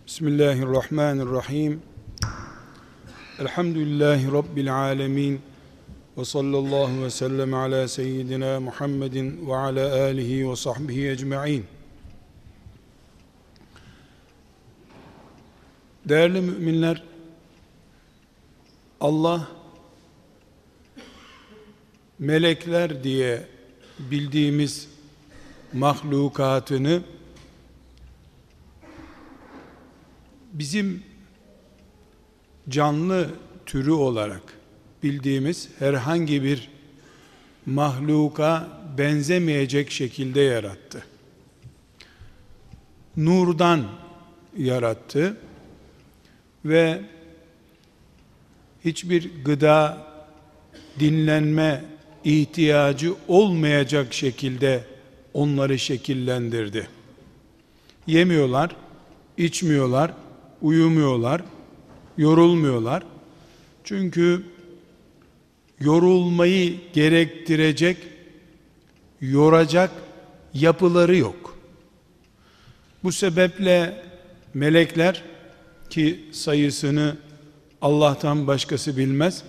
Bismillahirrahmanirrahim. Elhamdülillahi Rabbil alemin. Ve sallallahu ve sellem ala seyyidina Muhammedin ve ala alihi ve sahbihi ecma'in. Değerli müminler, Allah melekler diye bildiğimiz mahlukatını bizim canlı türü olarak bildiğimiz herhangi bir mahluka benzemeyecek şekilde yarattı. Nurdan yarattı ve hiçbir gıda, dinlenme ihtiyacı olmayacak şekilde onları şekillendirdi. Yemiyorlar, içmiyorlar, uyumuyorlar, yorulmuyorlar. Çünkü yorulmayı gerektirecek, yoracak yapıları yok. Bu sebeple melekler, ki sayısını Allah'tan başkası bilmez,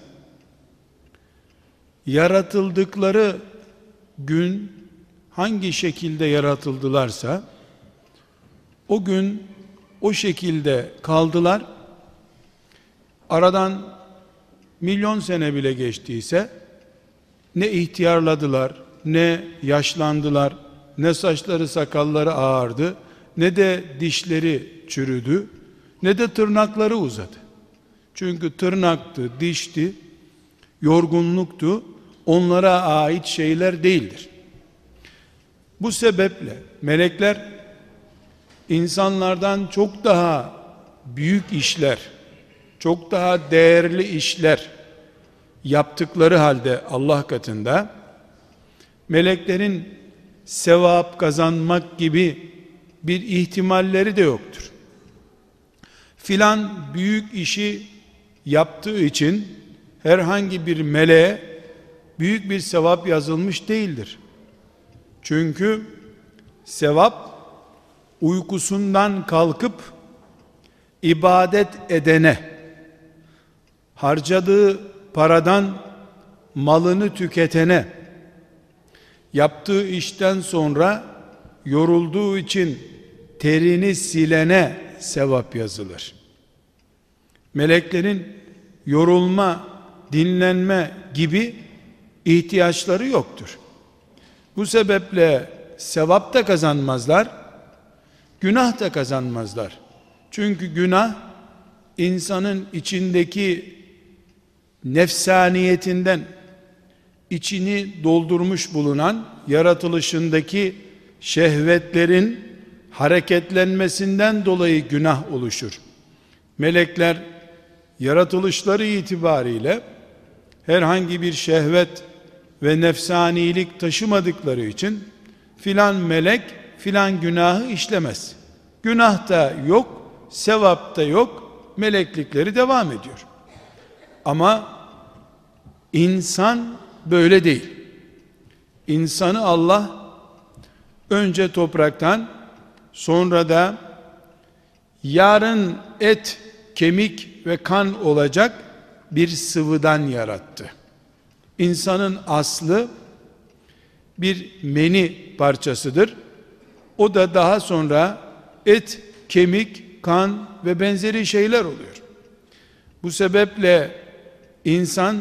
yaratıldıkları gün hangi şekilde yaratıldılarsa o gün o şekilde kaldılar. Aradan milyon sene bile geçtiyse ne ihtiyarladılar, ne yaşlandılar, ne saçları sakalları ağardı, ne de dişleri çürüdü, ne de tırnakları uzadı. Çünkü tırnaktı, dişti, yorgunluktu, onlara ait şeyler değildir. Bu sebeple melekler insanlardan çok daha büyük işler, çok daha değerli işler yaptıkları halde Allah katında meleklerin sevap kazanmak gibi bir ihtimalleri de yoktur. Filan büyük işi yaptığı için herhangi bir meleğe büyük bir sevap yazılmış değildir. Çünkü sevap uykusundan kalkıp ibadet edene, harcadığı paradan malını tüketene, yaptığı işten sonra yorulduğu için terini silene sevap yazılır. Meleklerin yorulma, dinlenme gibi ihtiyaçları yoktur. Bu sebeple sevap da kazanmazlar, günah da kazanmazlar. Çünkü günah insanın içindeki nefsaniyetinden, içini doldurmuş bulunan yaratılışındaki şehvetlerin hareketlenmesinden dolayı günah oluşur. Melekler yaratılışları itibariyle herhangi bir şehvet ve nefsanilik taşımadıkları için filan melek filan günahı işlemez. Günah da yok, sevap da yok, meleklikleri devam ediyor. Ama insan böyle değil. İnsanı Allah önce topraktan, sonra da yarın et, kemik ve kan olacak bir sıvıdan yarattı. İnsanın aslı bir meni parçasıdır. O da daha sonra et, kemik, kan ve benzeri şeyler oluyor. Bu sebeple insan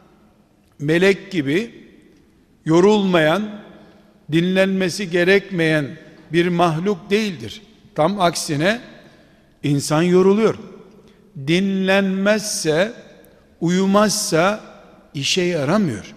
melek gibi yorulmayan, dinlenmesi gerekmeyen bir mahluk değildir. Tam aksine insan yoruluyor. Dinlenmezse, uyumazsa işe yaramıyor.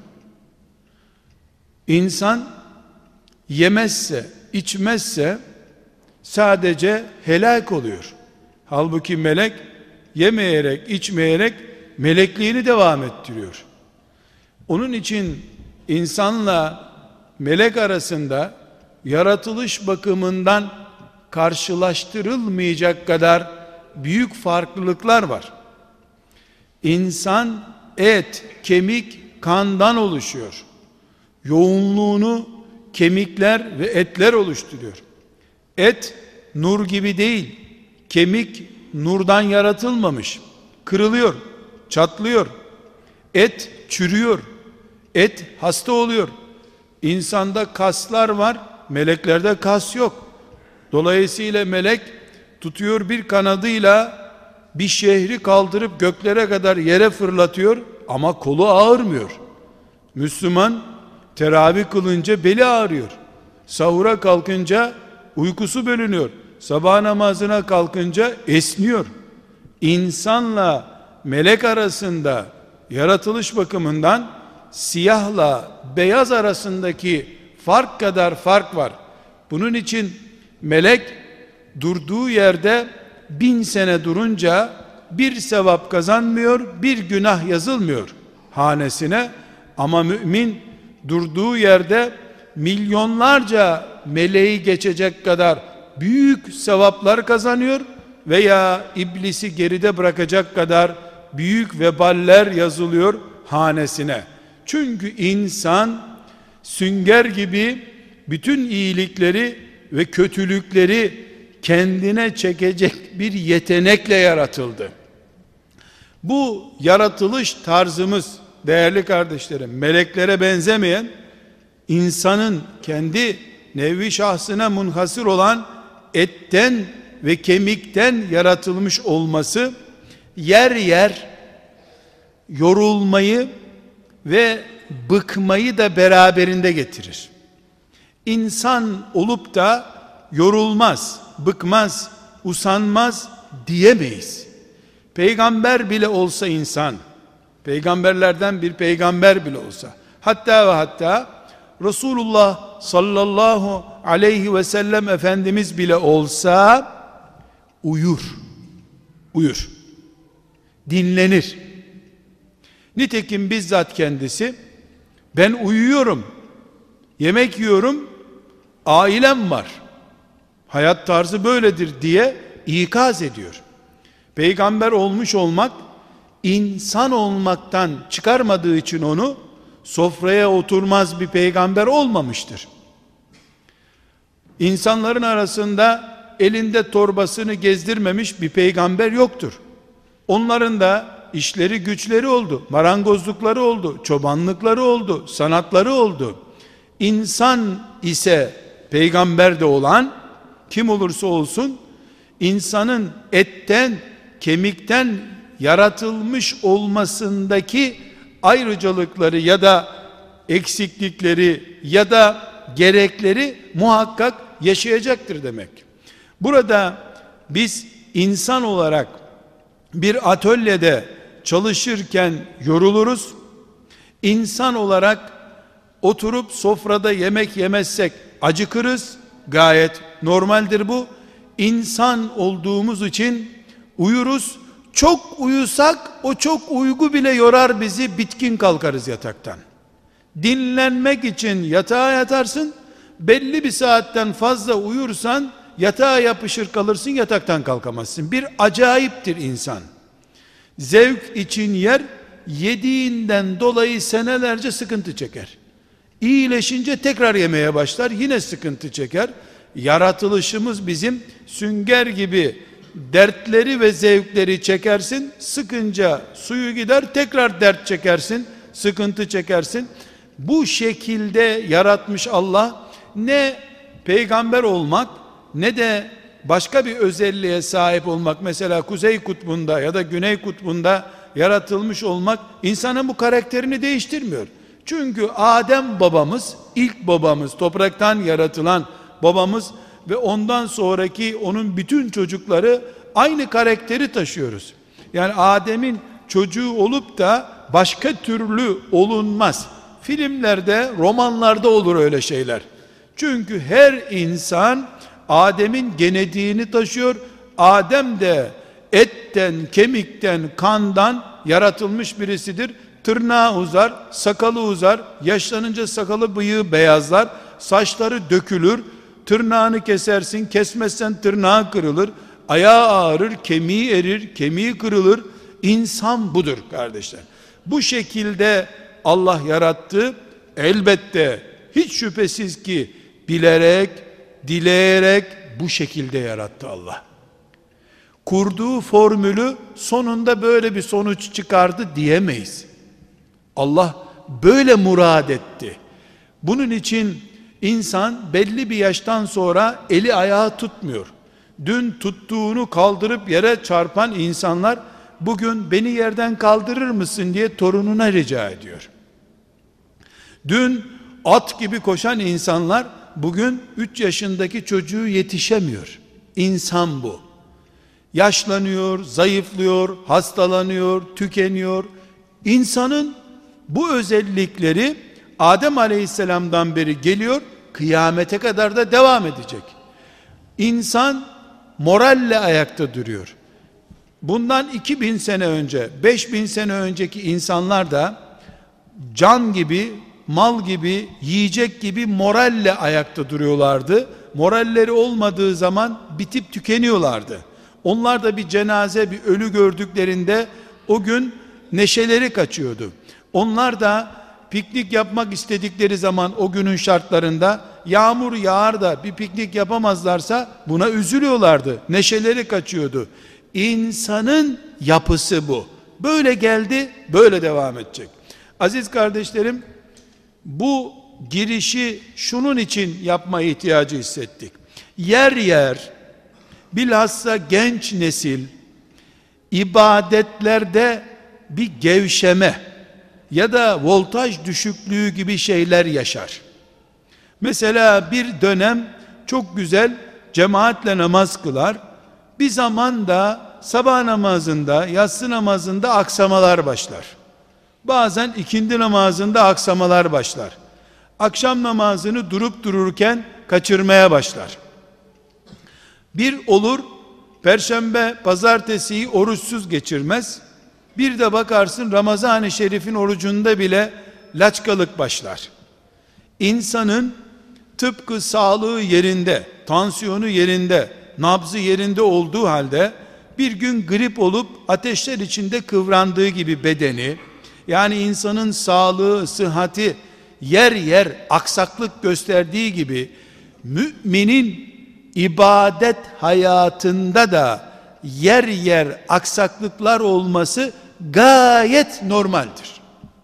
İnsan yemezse, içmezse sadece helak oluyor. Halbuki melek yemeyerek, içmeyerek melekliğini devam ettiriyor. Onun için insanla melek arasında yaratılış bakımından karşılaştırılmayacak kadar büyük farklılıklar var. İnsan et, kemik, kandan oluşuyor. Yoğunluğunu kemikler ve etler oluşturuyor. Et nur gibi değil, kemik nurdan yaratılmamış. Kırılıyor, çatlıyor. Et çürüyor. Et hasta oluyor. İnsanda kaslar var, meleklerde kas yok. Dolayısıyla melek tutuyor bir kanadıyla bir şehri kaldırıp göklere kadar yere fırlatıyor ama kolu ağrımıyor. Müslüman teravih kılınca beli ağrıyor. Sahura kalkınca uykusu bölünüyor. Sabah namazına kalkınca esniyor. İnsanla melek arasında yaratılış bakımından siyahla beyaz arasındaki fark kadar fark var. Bunun için melek durduğu yerde 1000 sene durunca bir sevap kazanmıyor, bir günah yazılmıyor hanesine. Ama mümin durduğu yerde milyonlarca meleği geçecek kadar büyük sevaplar kazanıyor veya iblisi geride bırakacak kadar büyük veballer yazılıyor hanesine. Çünkü insan sünger gibi bütün iyilikleri ve kötülükleri kendine çekecek bir yetenekle yaratıldı. Bu yaratılış tarzımız değerli kardeşlerim, meleklere benzemeyen, insanın kendi nevi şahsına munhasır olan etten ve kemikten yaratılmış olması yer yer yorulmayı ve bıkmayı da beraberinde getirir. İnsan olup da yorulmaz, bıkmaz, usanmaz diyemeyiz. Peygamber bile olsa insan, peygamberlerden bir peygamber bile olsa, hatta ve hatta Resulullah sallallahu aleyhi ve sellem Efendimiz bile olsa uyur, dinlenir. Nitekim bizzat kendisi, ben uyuyorum, yemek yiyorum, ailem var, hayat tarzı böyledir diye ikaz ediyor. Peygamber olmuş olmak, insan olmaktan çıkarmadığı için onu sofraya oturmaz bir peygamber olmamıştır. İnsanların arasında elinde torbasını gezdirmemiş bir peygamber yoktur. Onların da işleri güçleri oldu, marangozlukları oldu, çobanlıkları oldu, sanatları oldu. İnsan ise peygamber de olan kim olursa olsun, insanın etten, kemikten yaratılmış olmasındaki ayrıcalıkları ya da eksiklikleri ya da gerekleri muhakkak yaşayacaktır demek. Burada biz insan olarak bir atölyede çalışırken yoruluruz. İnsan olarak oturup sofrada yemek yemezsek acıkırız. Gayet normaldir bu. İnsan olduğumuz için uyuruz. Çok uyusak o çok uyku bile yorar bizi, bitkin kalkarız yataktan. Dinlenmek için yatağa yatarsın, belli bir saatten fazla uyursan yatağa yapışır kalırsın, yataktan kalkamazsın. Bir acayiptir insan. Zevk için yer, yediğinden dolayı senelerce sıkıntı çeker. İyileşince tekrar yemeye başlar, yine sıkıntı çeker. Yaratılışımız bizim sünger gibi, dertleri ve zevkleri çekersin, sıkınca suyu gider, tekrar dert çekersin, sıkıntı çekersin. Bu şekilde yaratmış Allah. Ne peygamber olmak ne de başka bir özelliğe sahip olmak, mesela Kuzey Kutbu'nda ya da Güney Kutbu'nda yaratılmış olmak insanın bu karakterini değiştirmiyor. Çünkü Adem babamız, ilk babamız, topraktan yaratılan babamız ve ondan sonraki onun bütün çocukları aynı karakteri taşıyoruz. Yani Adem'in çocuğu olup da başka türlü olunmaz. Filmlerde, romanlarda olur öyle şeyler. Çünkü her insan Adem'in genetiğini taşıyor. Adem de etten, kemikten, kandan yaratılmış birisidir. Tırnağı uzar, sakalı uzar, yaşlanınca sakalı bıyığı beyazlar, saçları dökülür, tırnağını kesersin, kesmezsen tırnağı kırılır, ayağı ağrır, kemiği erir, kemiği kırılır. İnsan budur kardeşler. Bu şekilde Allah yarattı. Elbette hiç şüphesiz ki bilerek, dileyerek bu şekilde yarattı Allah. kurduğu formülü sonunda böyle bir sonuç çıkardı diyemeyiz. Allah böyle murad etti. Bunun için insan belli bir yaştan sonra eli ayağı tutmuyor. Dün tuttuğunu kaldırıp yere çarpan insanlar bugün beni yerden kaldırır mısın diye torununa rica ediyor. Dün at gibi koşan insanlar bugün 3 yaşındaki çocuğu yetişemiyor. İnsan bu. Yaşlanıyor, zayıflıyor, hastalanıyor, tükeniyor. İnsanın bu özellikleri Adem Aleyhisselam'dan beri geliyor, kıyamete kadar da devam edecek. İnsan moralle ayakta duruyor. Bundan 2000 sene önce, 5000 sene önceki insanlar da can gibi, mal gibi, yiyecek gibi moralle ayakta duruyorlardı. Moralleri olmadığı zaman bitip tükeniyorlardı. Onlar da bir cenaze, bir ölü gördüklerinde o gün neşeleri kaçıyordu. Onlar da piknik yapmak istedikleri zaman o günün şartlarında yağmur yağar da bir piknik yapamazlarsa buna üzülüyorlardı. Neşeleri kaçıyordu. İnsanın yapısı bu. Böyle geldi, böyle devam edecek. Aziz kardeşlerim, bu girişi şunun için yapma ihtiyacı hissettik. Yer yer, bilhassa genç nesil, ibadetlerde bir gevşeme ya da voltaj düşüklüğü gibi şeyler yaşar. Mesela bir dönem çok güzel cemaatle namaz kılar. Bir zaman da sabah namazında, yatsı namazında aksamalar başlar. Bazen ikindi namazında aksamalar başlar. Akşam namazını durup dururken kaçırmaya başlar. Bir olur, perşembe, pazartesiyi oruçsuz geçirmez. Bir de bakarsın Ramazan-ı Şerif'in orucunda bile laçkalık başlar. İnsanın tıpkı sağlığı yerinde, tansiyonu yerinde, nabzı yerinde olduğu halde bir gün grip olup ateşler içinde kıvrandığı gibi bedeni, yani insanın sağlığı, sıhhati yer yer aksaklık gösterdiği gibi müminin ibadet hayatında da yer yer aksaklıklar olması gayet normaldir.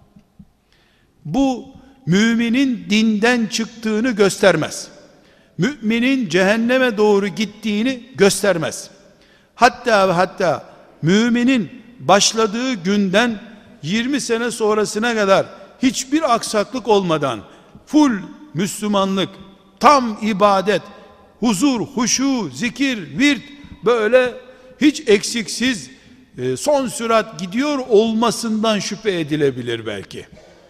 Bu müminin dinden çıktığını göstermez. Müminin cehenneme doğru gittiğini göstermez. Hatta ve hatta müminin başladığı günden 20 sene sonrasına kadar hiçbir aksaklık olmadan full Müslümanlık, tam ibadet, huzur, huşu, zikir, virt, böyle hiç eksiksiz son sürat gidiyor olmasından şüphe edilebilir belki.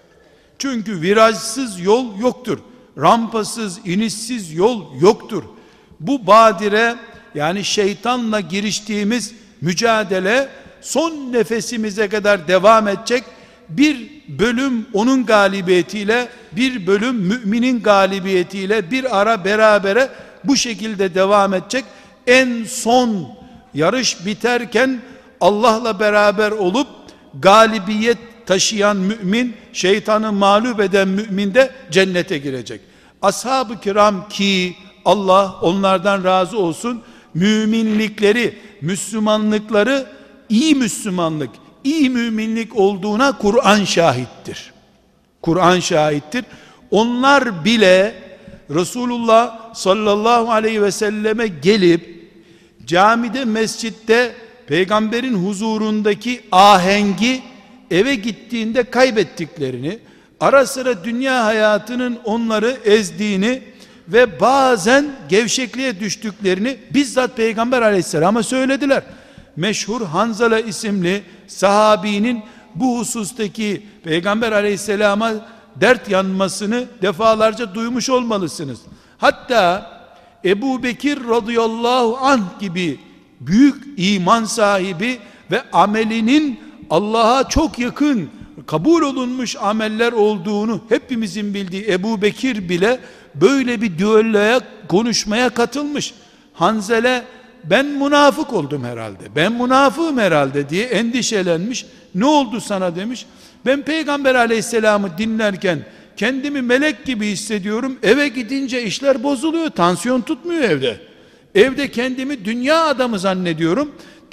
Çünkü virajsız yol yoktur. Rampasız, inişsiz yol yoktur. Bu badire, yani şeytanla giriştiğimiz mücadele son nefesimize kadar devam edecek. Bir bölüm onun galibiyetiyle, bir bölüm müminin galibiyetiyle bir ara berabere bu şekilde devam edecek. En son yarış biterken Allah'la beraber olup galibiyet taşıyan mümin, şeytanı mağlup eden mümin de cennete girecek. Ashab-ı kiram, ki Allah onlardan razı olsun, müminlikleri, Müslümanlıkları iyi Müslümanlık, iyi müminlik olduğuna Kur'an şahittir. Kur'an şahittir. Onlar bile Resulullah sallallahu aleyhi ve selleme gelip camide, mescitte peygamberin huzurundaki ahengi eve gittiğinde kaybettiklerini, ara sıra dünya hayatının onları ezdiğini ve bazen gevşekliğe düştüklerini bizzat Peygamber aleyhisselama söylediler. Meşhur Hanzala isimli sahabinin bu husustaki Peygamber aleyhisselama dert yanmasını defalarca duymuş olmalısınız. Hatta Ebu Bekir radıyallahu anh gibi büyük iman sahibi ve amelinin Allah'a çok yakın, kabul olunmuş ameller olduğunu hepimizin bildiği Ebu Bekir bile böyle bir düelloya, konuşmaya katılmış. Hanzele, ben münafık oldum herhalde, ben münafığım herhalde diye endişelenmiş. Ne oldu sana demiş. Ben Peygamber aleyhisselamı dinlerken kendimi melek gibi hissediyorum. Eve gidince işler bozuluyor, tansiyon tutmuyor evde. Evde kendimi dünya adamı zannediyorum.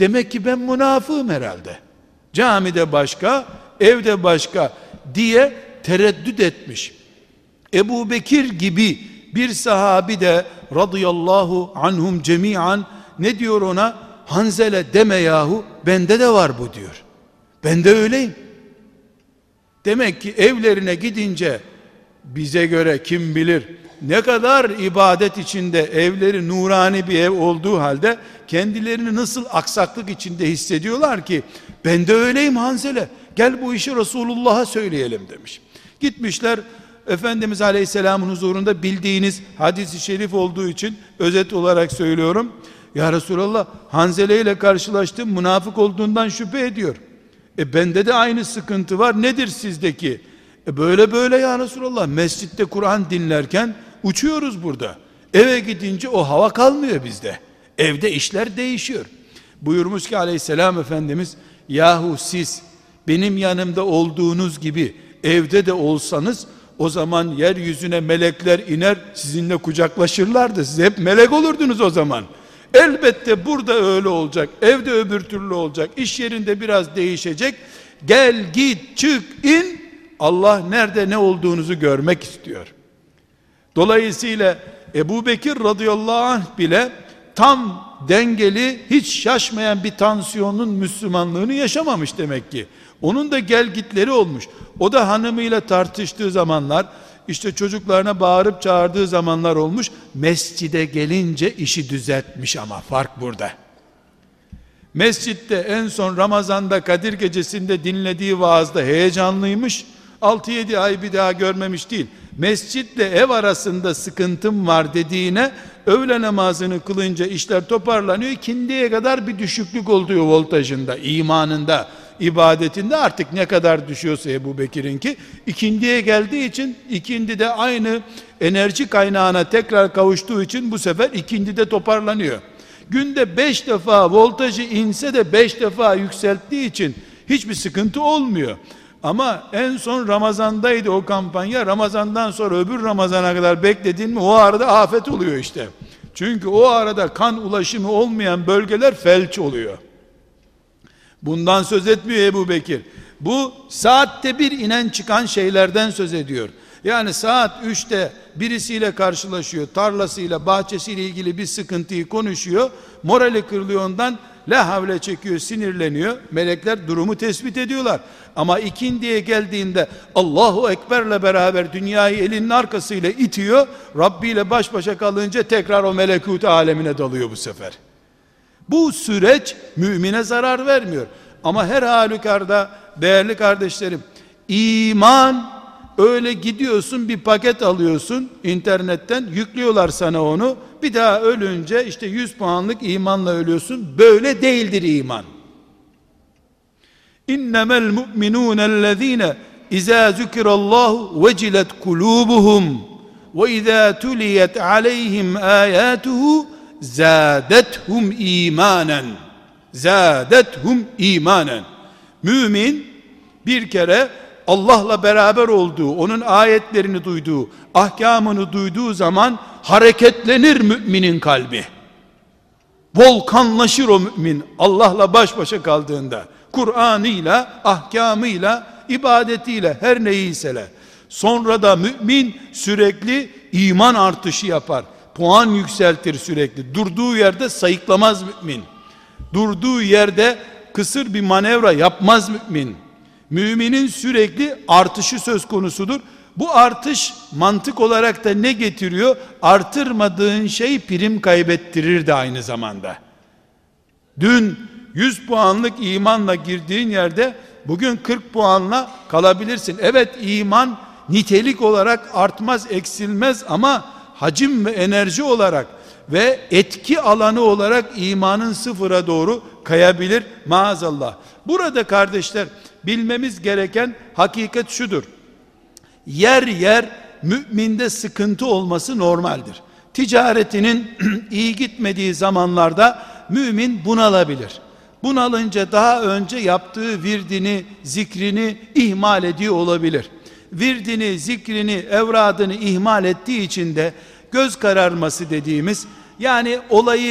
Demek ki ben münafığım herhalde. Camide başka, evde başka diye tereddüt etmiş. Ebu Bekir gibi bir sahabi de radıyallahu anhum cemiyan ne diyor ona? Hanzele deme yahu, bende de var bu diyor. Ben de öyleyim. Demek ki evlerine gidince bize göre kim bilir ne kadar ibadet içinde, evleri nurani bir ev olduğu halde kendilerini nasıl aksaklık içinde hissediyorlar ki ben de öyleyim Hanzele, gel bu işi Resulullah'a söyleyelim demiş. Gitmişler Efendimiz Aleyhisselam'ın huzurunda, bildiğiniz hadis-i şerif olduğu için özet olarak söylüyorum. Ya Resulallah, Hanzele ile karşılaştım, münafık olduğundan şüphe ediyor. Bende de aynı sıkıntı var, nedir sizdeki? Böyle böyle ya Resulallah, mescitte Kur'an dinlerken uçuyoruz burada. Eve gidince o hava kalmıyor bizde. Evde işler değişiyor. Buyurmuş ki Aleyhisselam Efendimiz, yahu siz benim yanımda olduğunuz gibi evde de olsanız, o zaman yeryüzüne melekler iner, sizinle kucaklaşırlardı. Siz hep melek olurdunuz o zaman. Elbette burada öyle olacak, evde öbür türlü olacak, iş yerinde biraz değişecek. Gel git çık in, Allah nerede ne olduğunuzu görmek istiyor. Dolayısıyla Ebu Bekir radıyallahu anh bile tam dengeli, hiç şaşmayan bir tansiyonun Müslümanlığını yaşamamış demek ki. Onun da gelgitleri olmuş. O da hanımıyla tartıştığı zamanlar, işte çocuklarına bağırıp çağırdığı zamanlar olmuş. Mescide gelince işi düzeltmiş, ama fark burada. Mescitte en son Ramazan'da Kadir Gecesi'nde dinlediği vaazda heyecanlıymış. 6-7 ay bir daha görmemiş değil. Mescitle ev arasında sıkıntım var dediğine, öğle namazını kılınca işler toparlanıyor. İkindiye kadar bir düşüklük oluyor voltajında, imanında, ibadetinde. Artık ne kadar düşüyorsa Ebu Bekir'inki, ikindiye geldiği için, ikindide aynı enerji kaynağına tekrar kavuştuğu için bu sefer ikindide toparlanıyor. Günde 5 defa voltajı inse de 5 defa yükselttiği için hiçbir sıkıntı olmuyor. Ama en son Ramazan'daydı o kampanya. Ramazan'dan sonra öbür Ramazan'a kadar bekledin mi, o arada afet oluyor işte. Çünkü o arada kan ulaşımı olmayan bölgeler felç oluyor. Bundan söz etmiyor Ebu Bekir. Bu saatte bir inen çıkan şeylerden söz ediyor. Yani saat 3'te birisiyle karşılaşıyor, tarlasıyla, bahçesiyle ilgili bir sıkıntıyı konuşuyor, morali kırılıyor, ondan la havle çekiyor, sinirleniyor. Melekler durumu tespit ediyorlar. Ama ikindiye geldiğinde Allahu Ekber'le beraber dünyayı elinin arkasıyla itiyor. Rabbi ile baş başa kalınca tekrar o melekut alemine dalıyor bu sefer. Bu süreç mümine zarar vermiyor. Ama her halükarda değerli kardeşlerim, iman, öyle gidiyorsun bir paket alıyorsun internetten, yüklüyorlar sana onu, bir daha ölünce işte 100 puanlık imanla ölüyorsun. Böyle değildir iman. İnnemel mu'minûnellezîne izâ zükirallâhu vecilet kulûbuhum ve izâ tuliyet aleyhim âyâtuhu zâdethum îmânen. Zâdethum îmânen. Mümin bir kere Allah'la beraber olduğu, onun ayetlerini duyduğu, ahkamını duyduğu zaman hareketlenir müminin kalbi. Volkanlaşır o mümin Allah'la baş başa kaldığında. Kur'an'ıyla, ahkamıyla, ibadetiyle, her neyseler. Sonra da mümin sürekli iman artışı yapar. Puan yükseltir sürekli. Durduğu yerde sayıklamaz mümin. Durduğu yerde kısır bir manevra yapmaz mümin. Müminin sürekli artışı söz konusudur. Bu artış mantık olarak da ne getiriyor? Artırmadığın şey prim kaybettirir de aynı zamanda. Dün 100 puanlık imanla girdiğin yerde bugün 40 puanla kalabilirsin. Evet, iman nitelik olarak artmaz, eksilmez, ama hacim ve enerji olarak ve etki alanı olarak imanın sıfıra doğru kayabilir maazallah. Burada kardeşler, bilmemiz gereken hakikat şudur: yer yer müminde sıkıntı olması normaldir. Ticaretinin iyi gitmediği zamanlarda mümin bunalabilir. Bunalınca daha önce yaptığı virdini, zikrini ihmal ediyor olabilir. Virdini, zikrini, evradını ihmal ettiği için de göz kararması dediğimiz, yani olayı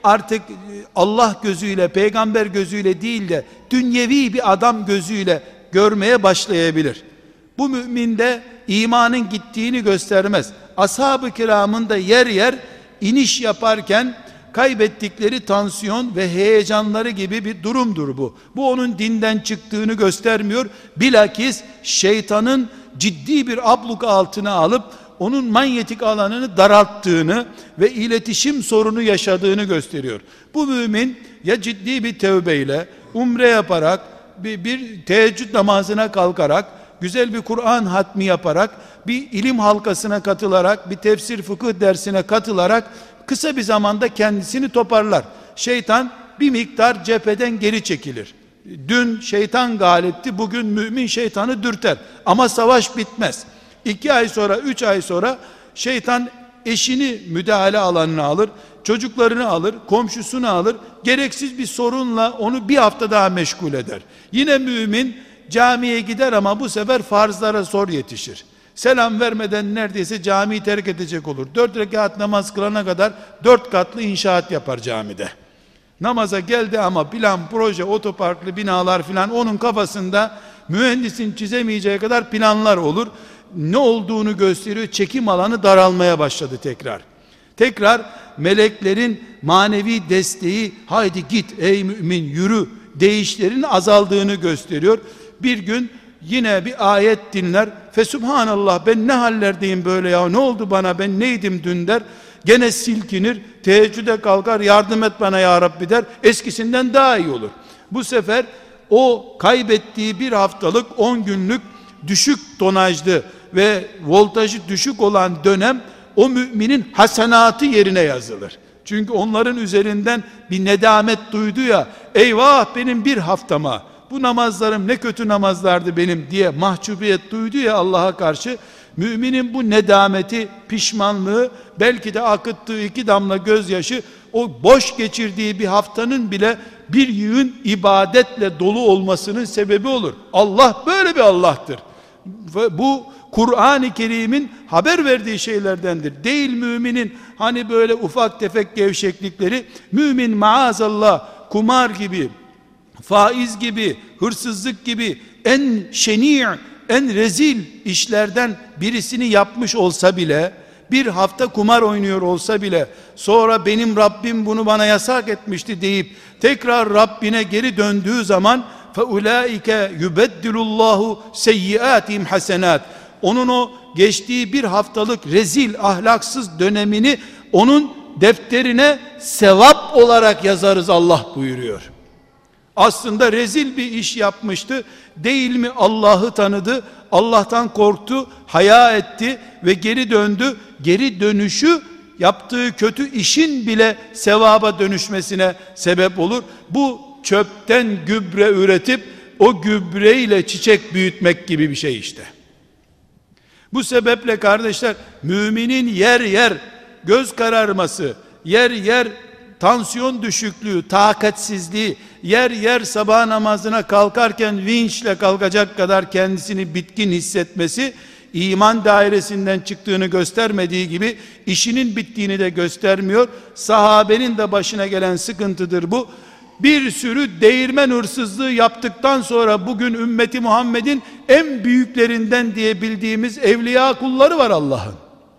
artık Allah gözüyle, peygamber gözüyle değil de dünyevi bir adam gözüyle görmeye başlayabilir. Bu müminde imanın gittiğini göstermez. Ashab-ı kiramın da yer yer iniş yaparken kaybettikleri tansiyon ve heyecanları gibi bir durumdur bu. Bu onun dinden çıktığını göstermiyor. Bilakis şeytanın ciddi bir abluk altına alıp onun manyetik alanını daralttığını ve iletişim sorunu yaşadığını gösteriyor. Bu mümin ya ciddi bir tevbeyle, umre yaparak, bir teheccüd namazına kalkarak, güzel bir Kur'an hatmi yaparak, bir ilim halkasına katılarak, bir tefsir fıkıh dersine katılarak kısa bir zamanda kendisini toparlar. Şeytan bir miktar cepheden geri çekilir. Dün şeytan galipti, bugün mümin şeytanı dürter. Ama savaş bitmez. 2 ay sonra, 3 ay sonra şeytan eşini müdahale alanına alır, çocuklarını alır, komşusunu alır, gereksiz bir sorunla onu bir hafta daha meşgul eder. Yine mümin camiye gider ama bu sefer farzlara zor yetişir. Selam vermeden neredeyse camiyi terk edecek olur. 4 rekat namaz kılana kadar 4 katlı inşaat yapar camide. Namaza geldi ama plan, proje, otoparklı binalar filan onun kafasında mühendisin çizemeyeceği kadar planlar olur. Ne olduğunu gösteriyor? Çekim alanı daralmaya başladı tekrar. Tekrar meleklerin manevi desteği, haydi git ey mümin yürü deyişlerin azaldığını gösteriyor. Bir gün yine bir ayet dinler. Fesubhanallah, ben ne hallerdeyim böyle ya, ne oldu bana, ben neydim dün der. Gene silkinir, teheccüde kalkar, yardım et bana ya Rabbi der. Eskisinden daha iyi olur. Bu sefer o kaybettiği bir haftalık, 10 günlük düşük tonajlı ve voltajı düşük olan dönem o müminin hasenatı yerine yazılır. Çünkü onların üzerinden bir nedamet duydu ya, eyvah benim bir haftama, bu namazlarım ne kötü namazlardı benim diye mahcubiyet duydu ya Allah'a karşı. Müminin bu nedameti, pişmanlığı, belki de akıttığı 2 damla gözyaşı, o boş geçirdiği bir haftanın bile bir yığın ibadetle dolu olmasının sebebi olur. Allah böyle bir Allah'tır. Bu Kur'an-ı Kerim'in haber verdiği şeylerdendir. Değil müminin hani böyle ufak tefek gevşeklikleri. Mümin maazallah kumar gibi, faiz gibi, hırsızlık gibi en şeni', en rezil işlerden birisini yapmış olsa bile, bir hafta kumar oynuyor olsa bile, sonra benim Rabbim bunu bana yasak etmişti deyip tekrar Rabbine geri döndüğü zaman فَاُولَٰئِكَ يُبَدِّلُ اللّٰهُ سَيِّئَاتِهِمْ حَسَنَاتٍ, onun o geçtiği bir haftalık rezil ahlaksız dönemini onun defterine sevap olarak yazarız Allah buyuruyor. Aslında rezil bir iş yapmıştı. Değil mi Allah'ı tanıdı, Allah'tan korktu, haya etti ve geri döndü. Geri dönüşü yaptığı kötü işin bile sevaba dönüşmesine sebep olur. Bu çöpten gübre üretip o gübreyle çiçek büyütmek gibi bir şey işte. Bu sebeple kardeşler, müminin yer yer göz kararması, yer yer tansiyon düşüklüğü, takatsizliği, yer yer sabah namazına kalkarken vinçle kalkacak kadar kendisini bitkin hissetmesi, iman dairesinden çıktığını göstermediği gibi işinin bittiğini de göstermiyor. Sahabenin de başına gelen sıkıntıdır bu. Bir sürü değirmen hırsızlığı yaptıktan sonra bugün ümmeti Muhammed'in en büyüklerinden diye bildiğimiz evliya kulları var Allah'ın.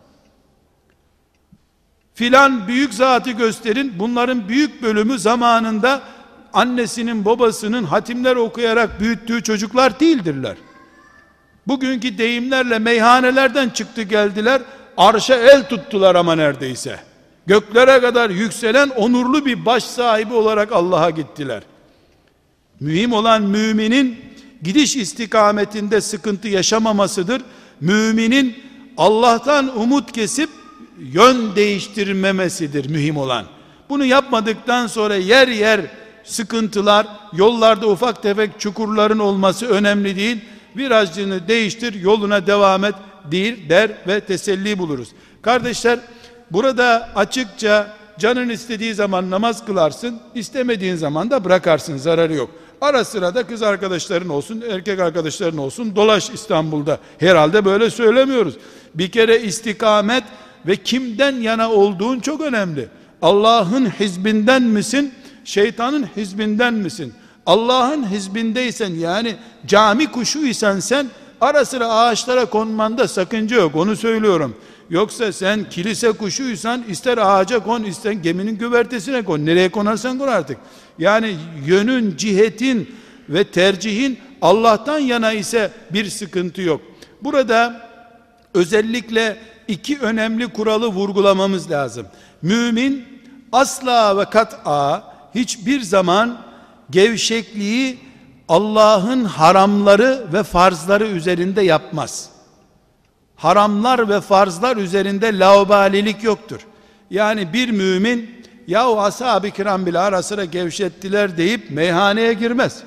Filan büyük zatı gösterin, bunların büyük bölümü zamanında annesinin babasının hatimler okuyarak büyüttüğü çocuklar değildirler. Bugünkü deyimlerle meyhanelerden çıktı geldiler, arşa el tuttular ama neredeyse. Göklere kadar yükselen onurlu bir baş sahibi olarak Allah'a gittiler. Mühim olan müminin gidiş istikametinde sıkıntı yaşamamasıdır. Müminin Allah'tan umut kesip yön değiştirmemesidir mühim olan. Bunu yapmadıktan sonra yer yer sıkıntılar, yollarda ufak tefek çukurların olması önemli değil. Virajını değiştir, yoluna devam et der ve teselli buluruz. Kardeşler, burada açıkça canın istediği zaman namaz kılarsın, istemediğin zaman da bırakarsın, zararı yok. Ara sıra da kız arkadaşların olsun, erkek arkadaşların olsun, dolaş İstanbul'da. Herhalde böyle söylemiyoruz. Bir kere istikamet ve kimden yana olduğun çok önemli. Allah'ın hizbinden misin, şeytanın hizbinden misin? Allah'ın hizbindeysen, yani cami kuşuysan sen, ara sıra ağaçlara konmanda sakınca yok, onu söylüyorum. Yoksa sen kilise kuşuysan, ister ağaca kon, ister geminin güvertesine kon, nereye konarsan kon artık. Yani yönün, cihetin ve tercihin Allah'tan yana ise bir sıkıntı yok. Burada özellikle iki önemli kuralı vurgulamamız lazım. Mümin asla ve kat'a hiçbir zaman gevşekliği Allah'ın haramları ve farzları üzerinde yapmaz. Haramlar ve farzlar üzerinde laubalilik yoktur. Yani bir mümin, yahu ashab-ı kiram bile ara sıra gevşettiler deyip meyhaneye girmez.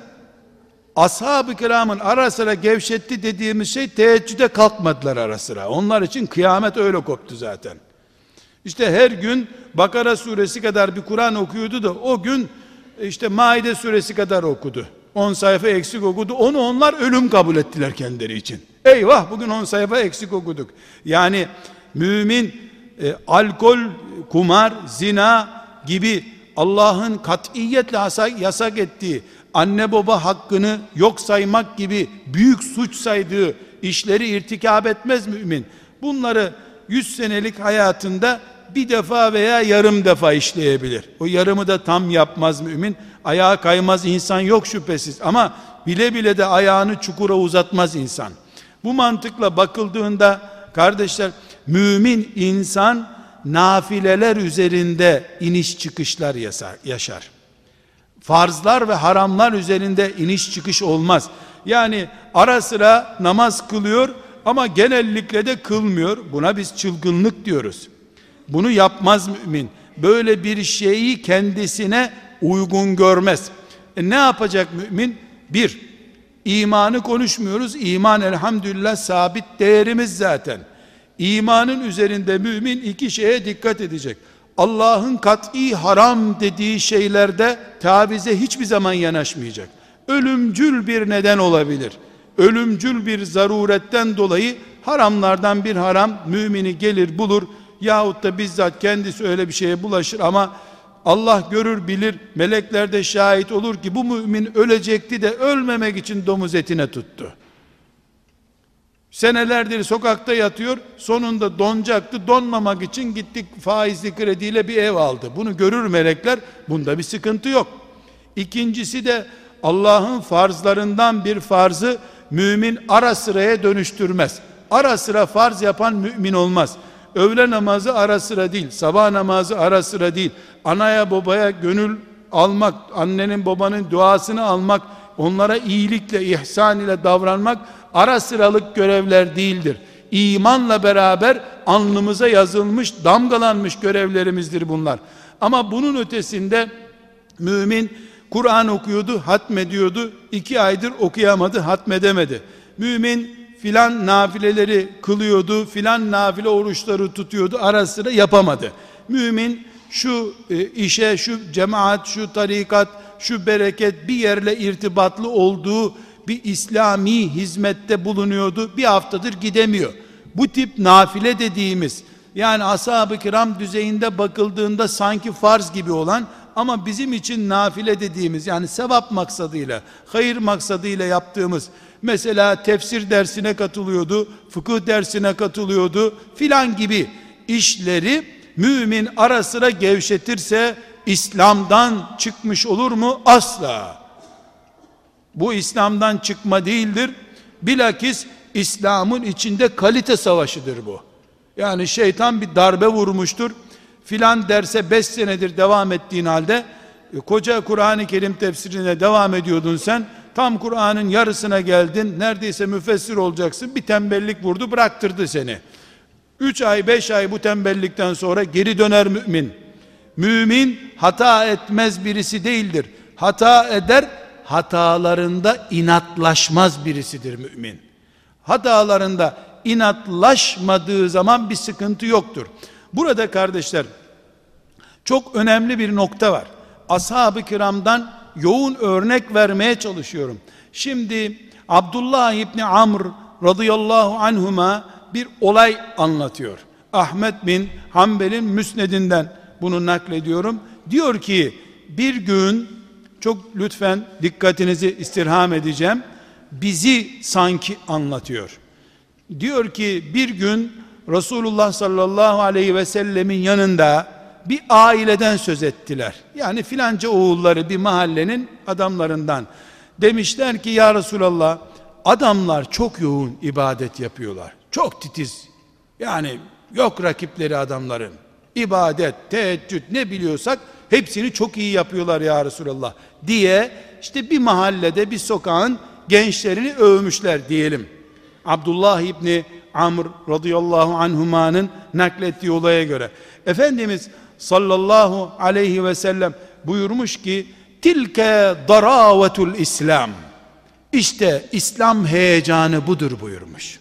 Ashab-ı kiramın ara sıra gevşetti dediğimiz şey, teheccüde kalkmadılar ara sıra. Onlar için kıyamet öyle koptu zaten. İşte her gün Bakara suresi kadar bir Kur'an okuyordu da o gün işte Maide suresi kadar okudu. 10 sayfa eksik okudu. Onu onlar ölüm kabul ettiler kendileri için. Eyvah, bugün 10 sayfa eksik okuduk. Yani mümin alkol, kumar, zina gibi Allah'ın katiyetle yasak ettiği, anne baba hakkını yok saymak gibi büyük suç saydığı işleri irtikab etmez mümin. Bunları 100 senelik hayatında bir defa veya yarım defa işleyebilir. O yarımı da tam yapmaz mümin. Ayağa kaymaz insan yok şüphesiz, ama bile bile de ayağını çukura uzatmaz insan. Bu mantıkla bakıldığında kardeşler, mümin insan nafileler üzerinde iniş çıkışlar yaşar. Farzlar ve haramlar üzerinde iniş çıkış olmaz. Yani ara sıra namaz kılıyor ama genellikle de kılmıyor. Buna biz çılgınlık diyoruz. Bunu yapmaz mümin. Böyle bir şeyi kendisine uygun görmez. Ne yapacak mümin? Bir, imanı konuşmuyoruz. İman elhamdülillah sabit değerimiz zaten. İmanın üzerinde mümin iki şeye dikkat edecek. Allah'ın kat'i haram dediği şeylerde tavize hiçbir zaman yanaşmayacak. Ölümcül bir neden olabilir. Ölümcül bir zaruretten dolayı haramlardan bir haram mümini gelir bulur, yahut da bizzat kendisi öyle bir şeye bulaşır, ama Allah görür bilir, melekler de şahit olur ki bu mümin ölecekti de ölmemek için domuz etine tuttu. Senelerdir sokakta yatıyor, sonunda donacaktı, donmamak için gittik faizli krediyle bir ev aldı. Bunu görür melekler, bunda bir sıkıntı yok. İkincisi de Allah'ın farzlarından bir farzı mümin ara sıraya dönüştürmez. Ara sıra farz yapan mümin olmaz. Öğle namazı ara sıra değil, sabah namazı ara sıra değil, anaya babaya gönül almak, annenin babanın duasını almak, onlara iyilikle, ihsan ile davranmak ara sıralık görevler değildir. İmanla beraber alnımıza yazılmış, damgalanmış görevlerimizdir bunlar. Ama bunun ötesinde mümin Kur'an okuyordu, hatmediyordu, 2 aydır okuyamadı, hatmedemedi. Mümin filan nafileleri kılıyordu, filan nafile oruçları tutuyordu, ara sıra yapamadı. Mümin şu işe, şu cemaat, şu tarikat, şu bereket bir yerle irtibatlı olduğu bir İslami hizmette bulunuyordu, bir haftadır gidemiyor. Bu tip nafile dediğimiz, yani ashab-ı kiram düzeyinde bakıldığında sanki farz gibi olan ama bizim için nafile dediğimiz, yani sevap maksadıyla, hayır maksadıyla yaptığımız, mesela tefsir dersine katılıyordu, fıkıh dersine katılıyordu filan gibi işleri mümin ara sıra gevşetirse İslam'dan çıkmış olur mu? Asla. Bu İslam'dan çıkma değildir. Bilakis İslam'ın içinde kalite savaşıdır bu. Yani şeytan bir darbe vurmuştur. Filan derse 5 senedir devam ettiğin halde koca Kur'an-ı Kerim tefsirine devam ediyordun sen. Tam Kur'an'ın yarısına geldin. Neredeyse müfessir olacaksın. Bir tembellik vurdu, bıraktırdı seni. 3 ay 5 ay bu tembellikten sonra geri döner mümin. Mümin hata etmez birisi değildir. Hata eder, hatalarında inatlaşmaz birisidir mümin. Hatalarında inatlaşmadığı zaman bir sıkıntı yoktur. Burada kardeşler çok önemli bir nokta var. Ashab-ı kiramdan yoğun örnek vermeye çalışıyorum. Şimdi Abdullah İbni Amr radıyallahu anhuma bir olay anlatıyor. Ahmet bin Hanbel'in müsnedinden bunu naklediyorum. Diyor ki bir gün, çok lütfen dikkatinizi istirham edeceğim, bizi sanki anlatıyor. Diyor ki bir gün Resulullah sallallahu aleyhi ve sellemin yanında bir aileden söz ettiler. Yani filanca oğulları bir mahallenin adamlarından. Demişler ki ya Resulallah, adamlar çok yoğun ibadet yapıyorlar. Çok titiz. Yani yok rakipleri adamların. İbadet, teheccüd ne biliyorsak hepsini çok iyi yapıyorlar ya Resulallah diye işte bir mahallede, bir sokağın gençlerini övmüşler diyelim. Abdullah İbni Amr radıyallahu anhumanın naklettiği olaya göre Efendimiz sallallahu aleyhi ve sellem buyurmuş ki tilke daravetul İslam, işte İslam heyecanı budur buyurmuş.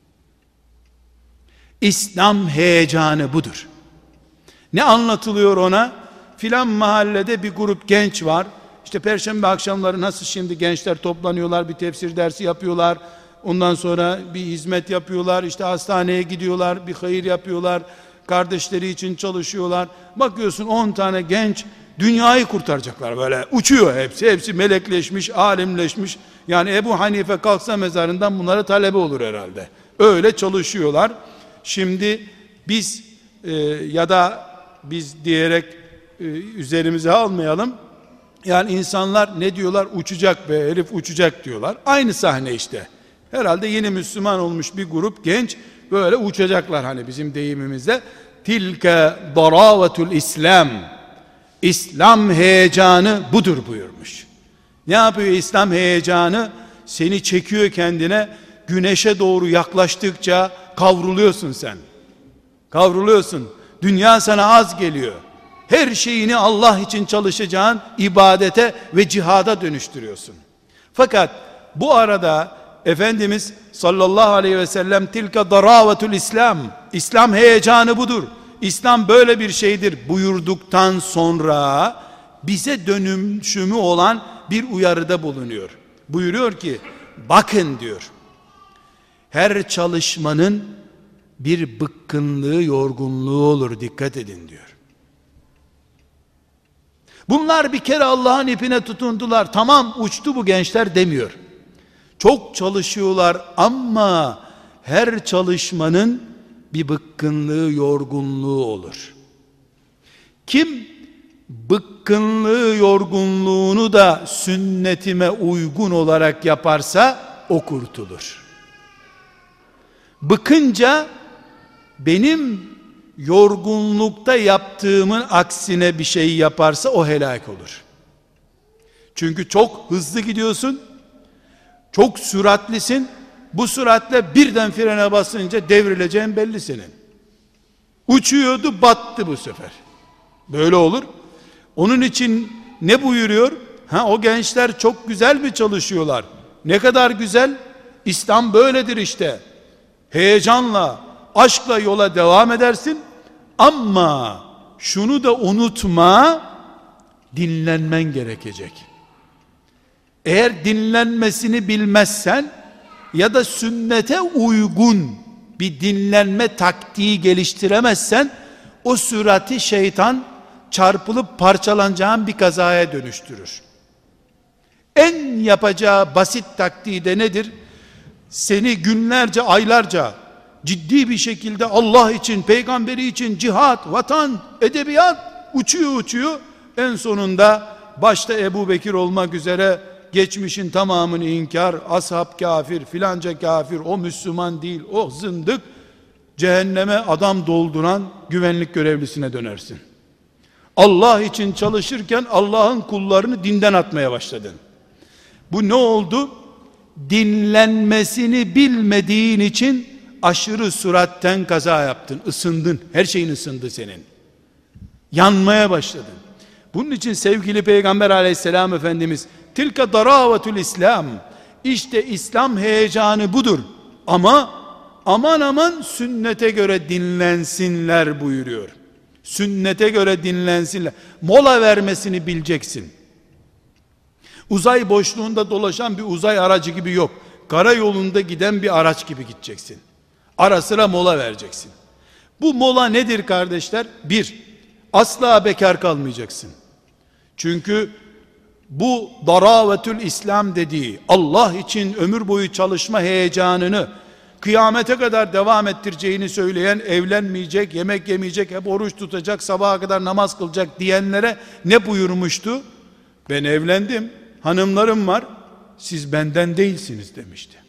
İslam heyecanı budur. Ne anlatılıyor ona? Filan mahallede bir grup genç var. İşte perşembe akşamları nasıl şimdi gençler toplanıyorlar, bir tefsir dersi yapıyorlar. Ondan sonra bir hizmet yapıyorlar. İşte hastaneye gidiyorlar, bir hayır yapıyorlar. Kardeşleri için çalışıyorlar. Bakıyorsun 10 tane genç dünyayı kurtaracaklar böyle. Uçuyor hepsi. Hepsi melekleşmiş, alimleşmiş. Yani Ebu Hanife kalksa mezarından bunlara talebe olur herhalde. Öyle çalışıyorlar. Şimdi biz ya da biz diyerek üzerimize almayalım. Yani insanlar ne diyorlar? Uçacak be herif, uçacak diyorlar. Aynı sahne işte. Herhalde yeni Müslüman olmuş bir grup genç böyle uçacaklar, hani bizim deyimimizde. Tilke daravetul İslam, İslam heyecanı budur buyurmuş. Ne yapıyor İslam heyecanı? Seni çekiyor kendine. Güneşe doğru yaklaştıkça kavruluyorsun sen. Kavruluyorsun. Dünya sana az geliyor. Her şeyini Allah için çalışacağın ibadete ve cihada dönüştürüyorsun. Fakat bu arada Efendimiz sallallahu aleyhi ve sellem tilka daravetul İslam, İslam heyecanı budur, İslam böyle bir şeydir buyurduktan sonra bize dönüşümü olan bir uyarıda bulunuyor. Buyuruyor ki bakın diyor, her çalışmanın bir bıkkınlığı, yorgunluğu olur, dikkat edin diyor. Bunlar bir kere Allah'ın ipine tutundular, tamam uçtu bu gençler demiyor. Çok çalışıyorlar ama her çalışmanın bir bıkkınlığı, yorgunluğu olur. Kim bıkkınlığı, yorgunluğunu da sünnetime uygun olarak yaparsa o kurtulur. Bıkınca benim yorgunlukta yaptığımın aksine bir şey yaparsa o helak olur. Çünkü çok hızlı gidiyorsun, çok süratlisin, bu süratle birden frene basınca devrileceğin belli senin. Uçuyordu, battı bu sefer. Böyle olur. Onun için ne buyuruyor? O gençler çok güzel mi çalışıyorlar? Ne kadar güzel? İslam böyledir işte. Heyecanla, aşkla yola devam edersin ama şunu da unutma, dinlenmen gerekecek. Eğer dinlenmesini bilmezsen ya da sünnete uygun bir dinlenme taktiği geliştiremezsen o sürati şeytan çarpılıp parçalanacağın bir kazaya dönüştürür. En yapacağı basit taktiği de nedir? Seni günlerce, aylarca ciddi bir şekilde Allah için, peygamberi için cihat, vatan, edebiyat uçuyor. En sonunda başta Ebu Bekir olmak üzere geçmişin tamamını inkar, ashab kafir, filanca kafir, o Müslüman değil, o zındık, cehenneme adam dolduran güvenlik görevlisine dönersin. Allah için çalışırken Allah'ın kullarını dinden atmaya başladın. Bu ne oldu? Dinlenmesini bilmediğin için aşırı süratten kaza yaptın, ısındın, her şeyin ısındı senin. Yanmaya başladın. Bunun için sevgili Peygamber aleyhisselam Efendimiz tilka daravetul İslam, işte İslam heyecanı budur ama aman sünnete göre dinlensinler buyuruyor. Sünnete göre dinlensinler. Mola vermesini bileceksin. Uzay boşluğunda dolaşan bir uzay aracı gibi yok. Karayolunda giden bir araç gibi gideceksin. Ara sıra mola vereceksin. Bu mola nedir kardeşler? Bir, asla bekar kalmayacaksın. Çünkü bu daravetül İslam dediği, Allah için ömür boyu çalışma heyecanını kıyamete kadar devam ettireceğini söyleyen, evlenmeyecek, yemek yemeyecek, hep oruç tutacak, sabaha kadar namaz kılacak diyenlere ne buyurmuştu? Ben evlendim, hanımlarım var, siz benden değilsiniz demişti.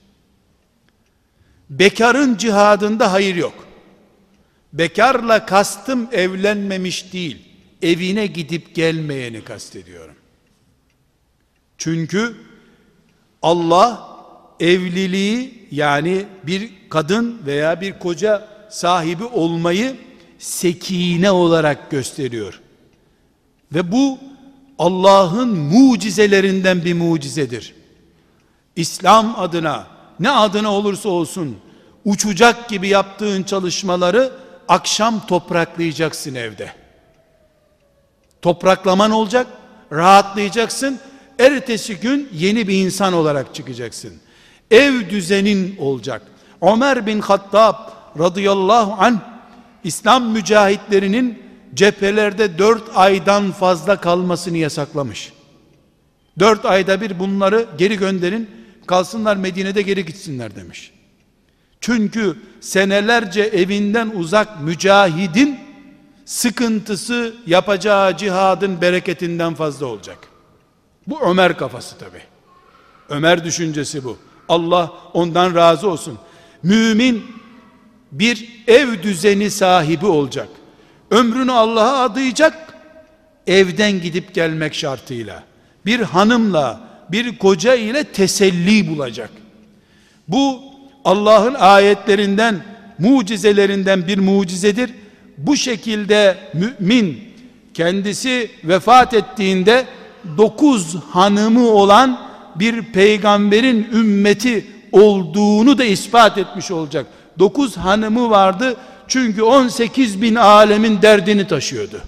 Bekarın cihadında hayır yok. Bekarla kastım evlenmemiş değil, evine gidip gelmeyeni kastediyorum. Çünkü Allah evliliği, yani bir kadın veya bir koca sahibi olmayı sekine olarak gösteriyor. Ve bu Allah'ın mucizelerinden bir mucizedir. İslam adına, ne adına olursa olsun, uçacak gibi yaptığın çalışmaları akşam topraklayacaksın evde. Topraklaman olacak, rahatlayacaksın. Ertesi gün yeni bir insan olarak çıkacaksın. Ev düzenin olacak. Ömer bin Hattab radıyallahu anh, İslam mücahitlerinin cephelerde 4 aydan fazla kalmasını yasaklamış. 4 ayda bir bunları geri gönderin, kalsınlar Medine'de, geri gitsinler demiş. Çünkü senelerce evinden uzak mücahidin sıkıntısı yapacağı cihadın bereketinden fazla olacak. Bu Ömer kafası tabi. Ömer düşüncesi bu. Allah ondan razı olsun. Mümin bir ev düzeni sahibi olacak. Ömrünü Allah'a adayacak, evden gidip gelmek şartıyla. Bir hanımla, bir koca ile teselli bulacak. Bu Allah'ın ayetlerinden, mucizelerinden bir mucizedir. Bu şekilde mümin kendisi vefat ettiğinde 9 hanımı olan bir peygamberin ümmeti olduğunu da ispat etmiş olacak. 9 hanımı vardı çünkü 18 bin alemin derdini taşıyordu.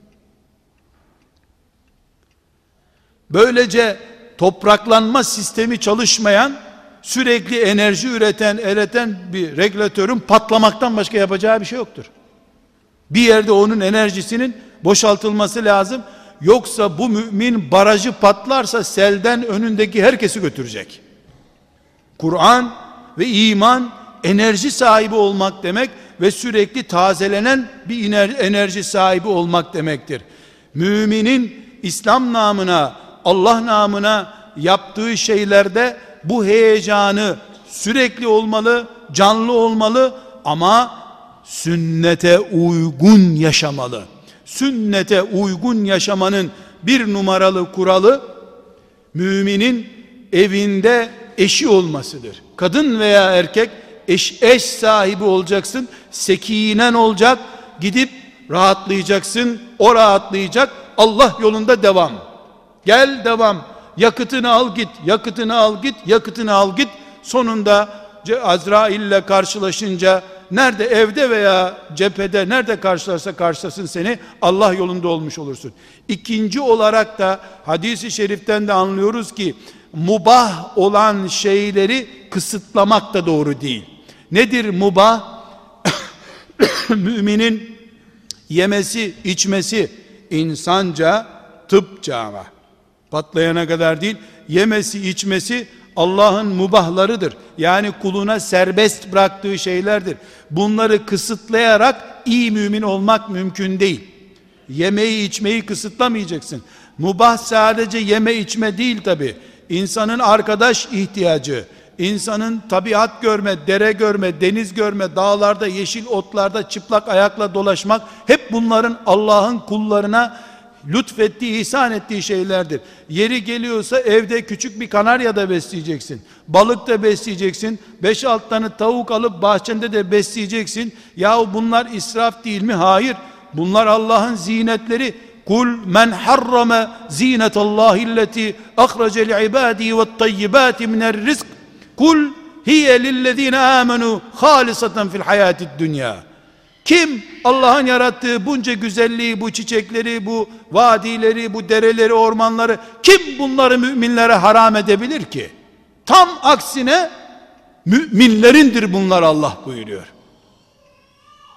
Böylece topraklanma sistemi çalışmayan, sürekli enerji üreten bir regülatörün patlamaktan başka yapacağı bir şey yoktur. Bir yerde onun enerjisinin boşaltılması lazım. Yoksa bu mümin barajı patlarsa selden önündeki herkesi götürecek. Kur'an ve iman enerji sahibi olmak demek ve sürekli tazelenen bir enerji sahibi olmak demektir. Müminin İslam namına, Allah namına yaptığı şeylerde bu heyecanı sürekli olmalı, canlı olmalı ama sünnete uygun yaşamalı. Sünnete uygun yaşamanın bir numaralı kuralı, müminin evinde eşi olmasıdır. Kadın veya erkek eş sahibi olacaksın, sekinen olacak, gidip rahatlayacaksın, o rahatlayacak, Allah yolunda devam. Gel devam, yakıtını al git, yakıtını al git, yakıtını al git. Sonunda Azrail ile karşılaşınca, nerede, evde veya cephede, nerede karşılarsa karşılasın seni, Allah yolunda olmuş olursun. İkinci olarak da hadis-i şeriften de anlıyoruz ki mubah olan şeyleri kısıtlamak da doğru değil. Nedir mubah? Müminin yemesi, içmesi insanca, tıpça ama patlayana kadar değil, yemesi, içmesi Allah'ın mubahlarıdır. Yani kuluna serbest bıraktığı şeylerdir. Bunları kısıtlayarak iyi mümin olmak mümkün değil. Yemeği içmeyi kısıtlamayacaksın. Mubah sadece yeme içme değil tabi. İnsanın arkadaş ihtiyacı, insanın tabiat görme, dere görme, deniz görme, dağlarda, yeşil otlarda çıplak ayakla dolaşmak, hep bunların Allah'ın kullarına lütfettiği, ihsan ettiği şeylerdir. Yeri geliyorsa evde küçük bir kanarya da besleyeceksin. Balık da besleyeceksin. 5-6 tane tavuk alıp bahçende de besleyeceksin. Yahu bunlar israf değil mi? Hayır. Bunlar Allah'ın zinetleri. Kul men harrame zinetallahi'lleti ahrece li'ibadihi ve't-tayyibati mine'r-rizk. Kul hiye lillezine amenu halisaten fil hayatid dünya. Kim Allah'ın yarattığı bunca güzelliği, bu çiçekleri, bu vadileri, bu dereleri, ormanları, kim bunları müminlere haram edebilir ki? Tam aksine müminlerindir bunlar, Allah buyuruyor.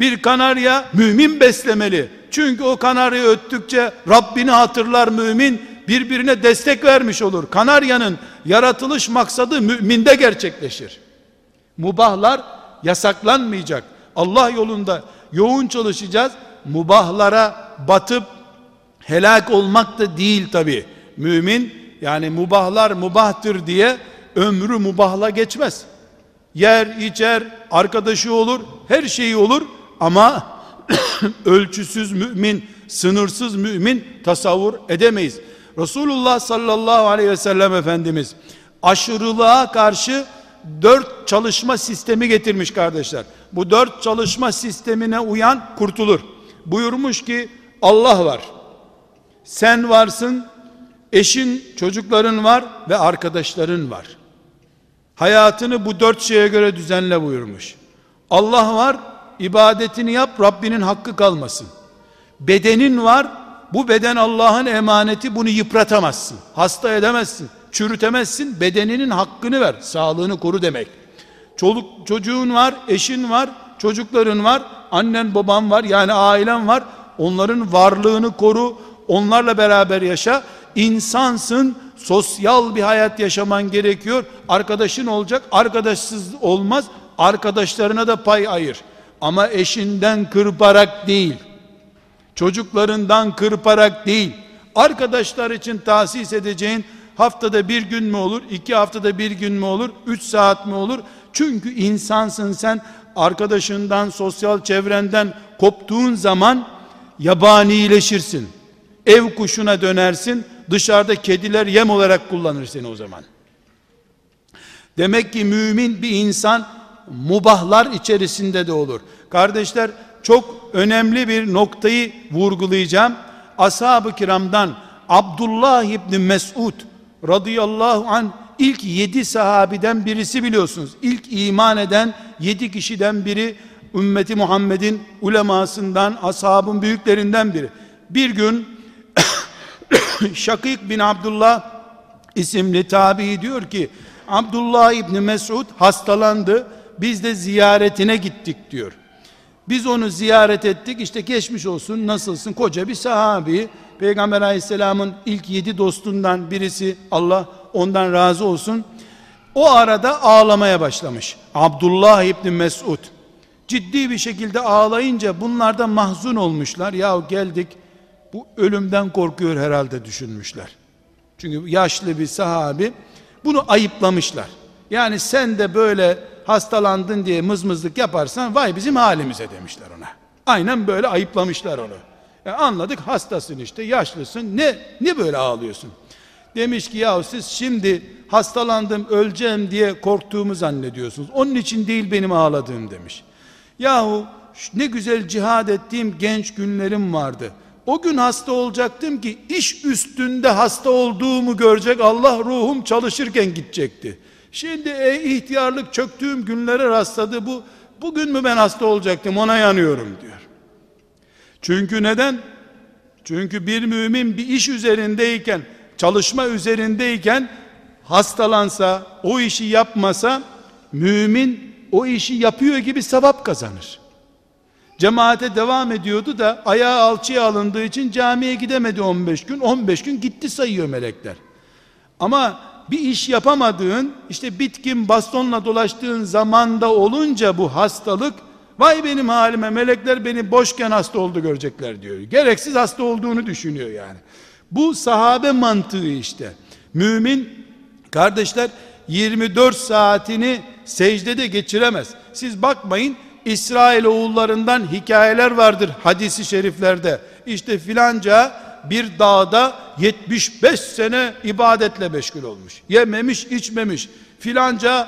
Bir kanarya mümin beslemeli. Çünkü o kanarya öttükçe Rabbini hatırlar mümin, birbirine destek vermiş olur. Kanaryanın yaratılış maksadı müminde gerçekleşir. Mubahlar yasaklanmayacak. Allah yolunda yoğun çalışacağız. Mubahlara batıp helak olmak da değil tabi. Mümin yani mubahlar mubahtır diye ömrü mubahla geçmez. Yer, içer, arkadaşı olur, her şeyi olur ama ölçüsüz mümin, sınırsız mümin tasavvur edemeyiz. Resulullah sallallahu aleyhi ve sellem Efendimiz aşırılığa karşı 4 çalışma sistemi getirmiş kardeşler. Bu 4 çalışma sistemine uyan kurtulur. Buyurmuş ki Allah var, sen varsın, eşin, çocukların var ve arkadaşların var. Hayatını bu 4 şeye göre düzenle buyurmuş. Allah var, ibadetini yap, Rabbinin hakkı kalmasın. Bedenin var, bu beden Allah'ın emaneti, bunu yıpratamazsın, hasta edemezsin, çürütemezsin, bedeninin hakkını ver, sağlığını koru demek. Çocuğun var, eşin var, çocukların var, annen baban var, yani ailen var, onların varlığını koru, onlarla beraber yaşa. İnsansın, sosyal bir hayat yaşaman gerekiyor. Arkadaşın olacak, arkadaşsız olmaz, arkadaşlarına da pay ayır. Ama eşinden kırparak değil, çocuklarından kırparak değil, arkadaşlar için tahsis edeceğin haftada bir gün mü olur, 2 haftada bir gün mü olur, 3 saat mi olur? Çünkü insansın sen, arkadaşından, sosyal çevrenden koptuğun zaman yabanileşirsin. Ev kuşuna dönersin, dışarıda kediler yem olarak kullanır seni o zaman. Demek ki mümin bir insan mubahlar içerisinde de olur. Kardeşler, çok önemli bir noktayı vurgulayacağım. Ashab-ı kiramdan Abdullah İbni Mesud radıyallahu anh ilk 7 sahabiden birisi, biliyorsunuz. İlk iman eden 7 kişiden biri, ümmeti Muhammed'in ulemasından, ashabın büyüklerinden biri. Bir gün Şakik bin Abdullah isimli tabi diyor ki, Abdullah İbni Mesud hastalandı, biz de ziyaretine gittik diyor. Biz onu ziyaret ettik, işte geçmiş olsun, nasılsın? Koca bir sahabi, Peygamber aleyhisselamın ilk 7 dostundan birisi, Allah ondan razı olsun. O arada ağlamaya başlamış Abdullah İbni Mesud. Ciddi bir şekilde ağlayınca bunlar da mahzun olmuşlar. Ya geldik, bu ölümden korkuyor herhalde düşünmüşler. Çünkü yaşlı bir sahabi, bunu ayıplamışlar. Yani sen de böyle hastalandın diye mızmızlık yaparsan vay bizim halimize demişler ona. Aynen böyle ayıplamışlar onu. Anladık, hastasın işte, yaşlısın, ne böyle ağlıyorsun? Demiş ki ya siz şimdi hastalandım, öleceğim diye korktuğumu zannediyorsunuz. Onun için değil benim ağladığım demiş. Yahu ne güzel cihad ettiğim genç günlerim vardı. O gün hasta olacaktım ki iş üstünde hasta olduğumu görecek Allah, ruhum çalışırken gidecekti. Şimdi ihtiyarlık çöktüğüm günlere rastladı, bugün mü ben hasta olacaktım, ona yanıyorum diyor. Çünkü neden? Çünkü bir mümin bir iş üzerindeyken, çalışma üzerindeyken hastalansa, o işi yapmasa, mümin o işi yapıyor gibi sevap kazanır. Cemaate devam ediyordu da ayağı alçıya alındığı için camiye gidemedi 15 gün. 15 gün gitti sayıyor melekler. Ama bir iş yapamadığın, işte bitkin bastonla dolaştığın zamanda olunca bu hastalık, vay benim halime, melekler beni boşken hasta oldu görecekler diyor. Gereksiz hasta olduğunu düşünüyor yani. Bu sahabe mantığı işte. Mümin kardeşler 24 saatini secdede geçiremez. Siz bakmayın, İsrail oğullarından hikayeler vardır hadisi şeriflerde. İşte filanca bir dağda 75 sene ibadetle meşgul olmuş. Yememiş, içmemiş. Filanca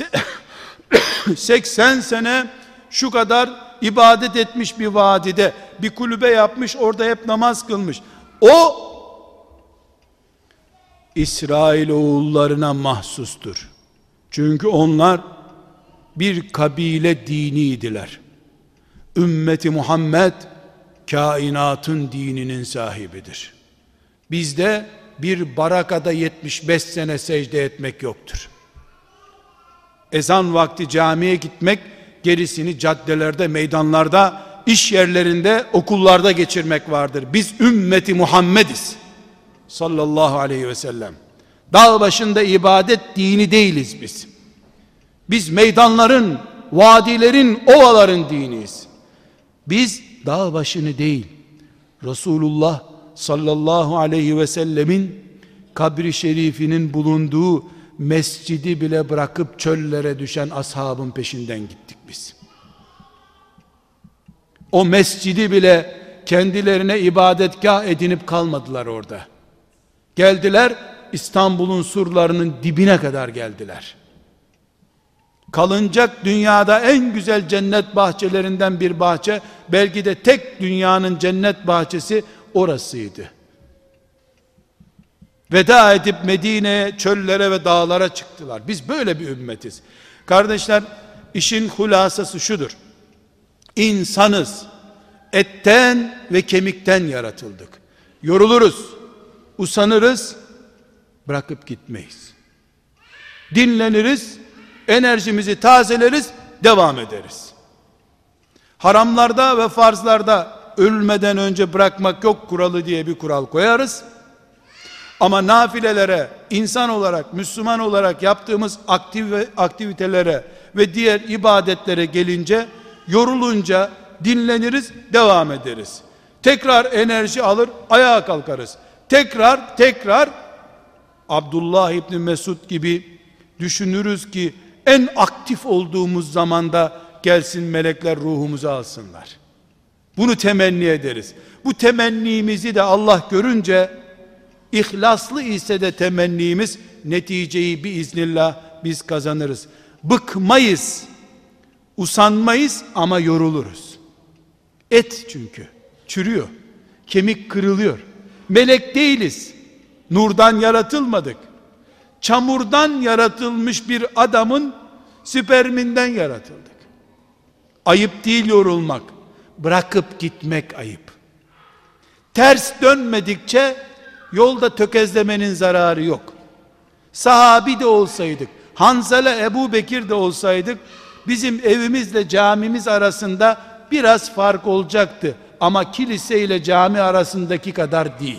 80 sene şu kadar ibadet etmiş bir vadide. Bir kulübe yapmış, orada hep namaz kılmış. O İsrail oğullarına mahsustur. Çünkü onlar bir kabile diniydiler. Ümmeti Muhammed kainatın dininin sahibidir. Bizde bir barakada 75 sene secde etmek yoktur. Ezan vakti camiye gitmek gerisini caddelerde, meydanlarda, iş yerlerinde, okullarda geçirmek vardır. Biz ümmeti Muhammediz sallallahu aleyhi ve sellem. Dağ başında ibadet dini değiliz biz. Biz meydanların, vadilerin, ovaların diniyiz. Biz dağ başını değil, Resulullah sallallahu aleyhi ve sellemin kabri şerifinin bulunduğu mescidi bile bırakıp çöllere düşen ashabın peşinden gittik biz. O mescidi bile kendilerine ibadetgah edinip kalmadılar orada. Geldiler, İstanbul'un surlarının dibine kadar geldiler. Kalınacak dünyada en güzel cennet bahçelerinden bir bahçe, belki de tek dünyanın cennet bahçesi orasıydı. Veda edip Medine'ye, çöllere ve dağlara çıktılar. Biz böyle bir ümmetiz. Kardeşler, işin hulasası şudur: İnsanız. Etten ve kemikten yaratıldık. Yoruluruz, usanırız, bırakıp gitmeyiz. Dinleniriz, enerjimizi tazeleriz, devam ederiz. Haramlarda ve farzlarda ölmeden önce bırakmak yok kuralı diye bir kural koyarız. Ama nafilelere, insan olarak, Müslüman olarak yaptığımız aktivitelere ve diğer ibadetlere gelince, yorulunca dinleniriz, devam ederiz. Tekrar enerji alır, ayağa kalkarız. Tekrar Abdullah İbni Mesud gibi düşünürüz ki en aktif olduğumuz zamanda gelsin melekler ruhumuzu alsınlar. Bunu temenni ederiz. Bu temennimizi de Allah görünce, İhlaslı ise de temennimiz, neticeyi biiznillah biz kazanırız. Bıkmayız, usanmayız ama yoruluruz. Et çünkü çürüyor, kemik kırılıyor. Melek değiliz, nurdan yaratılmadık. Çamurdan yaratılmış bir adamın sperminden yaratıldık. Ayıp değil yorulmak, bırakıp gitmek ayıp. Ters dönmedikçe yolda tökezlemenin zararı yok. Sahabi de olsaydık, Hanzala, Ebu Bekir de olsaydık, bizim evimizle camimiz arasında biraz fark olacaktı. Ama kilise ile cami arasındaki kadar değil.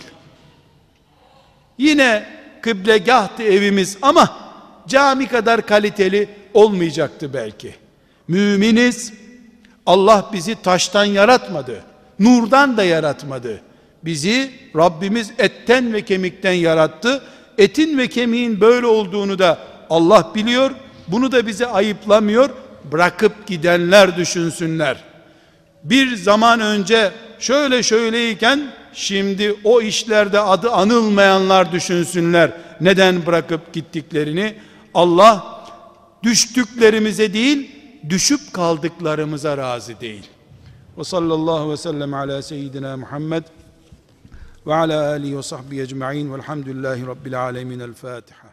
Yine kıblegahtı evimiz ama cami kadar kaliteli olmayacaktı belki. Müminiz. Allah bizi taştan yaratmadı, nurdan da yaratmadı. Bizi Rabbimiz etten ve kemikten yarattı. Etin ve kemiğin böyle olduğunu da Allah biliyor. Bunu da bize ayıplamıyor. Bırakıp gidenler düşünsünler. Bir zaman önce şöyleyken şimdi o işlerde adı anılmayanlar düşünsünler neden bırakıp gittiklerini. Allah düştüklerimize değil, düşüp kaldıklarımıza razı değil. Ve sallallahu ve sellem ala seyyidina Muhammed ve ala alihi ve sahbihi ecma'in velhamdülillahi rabbil alemin. El Fatiha.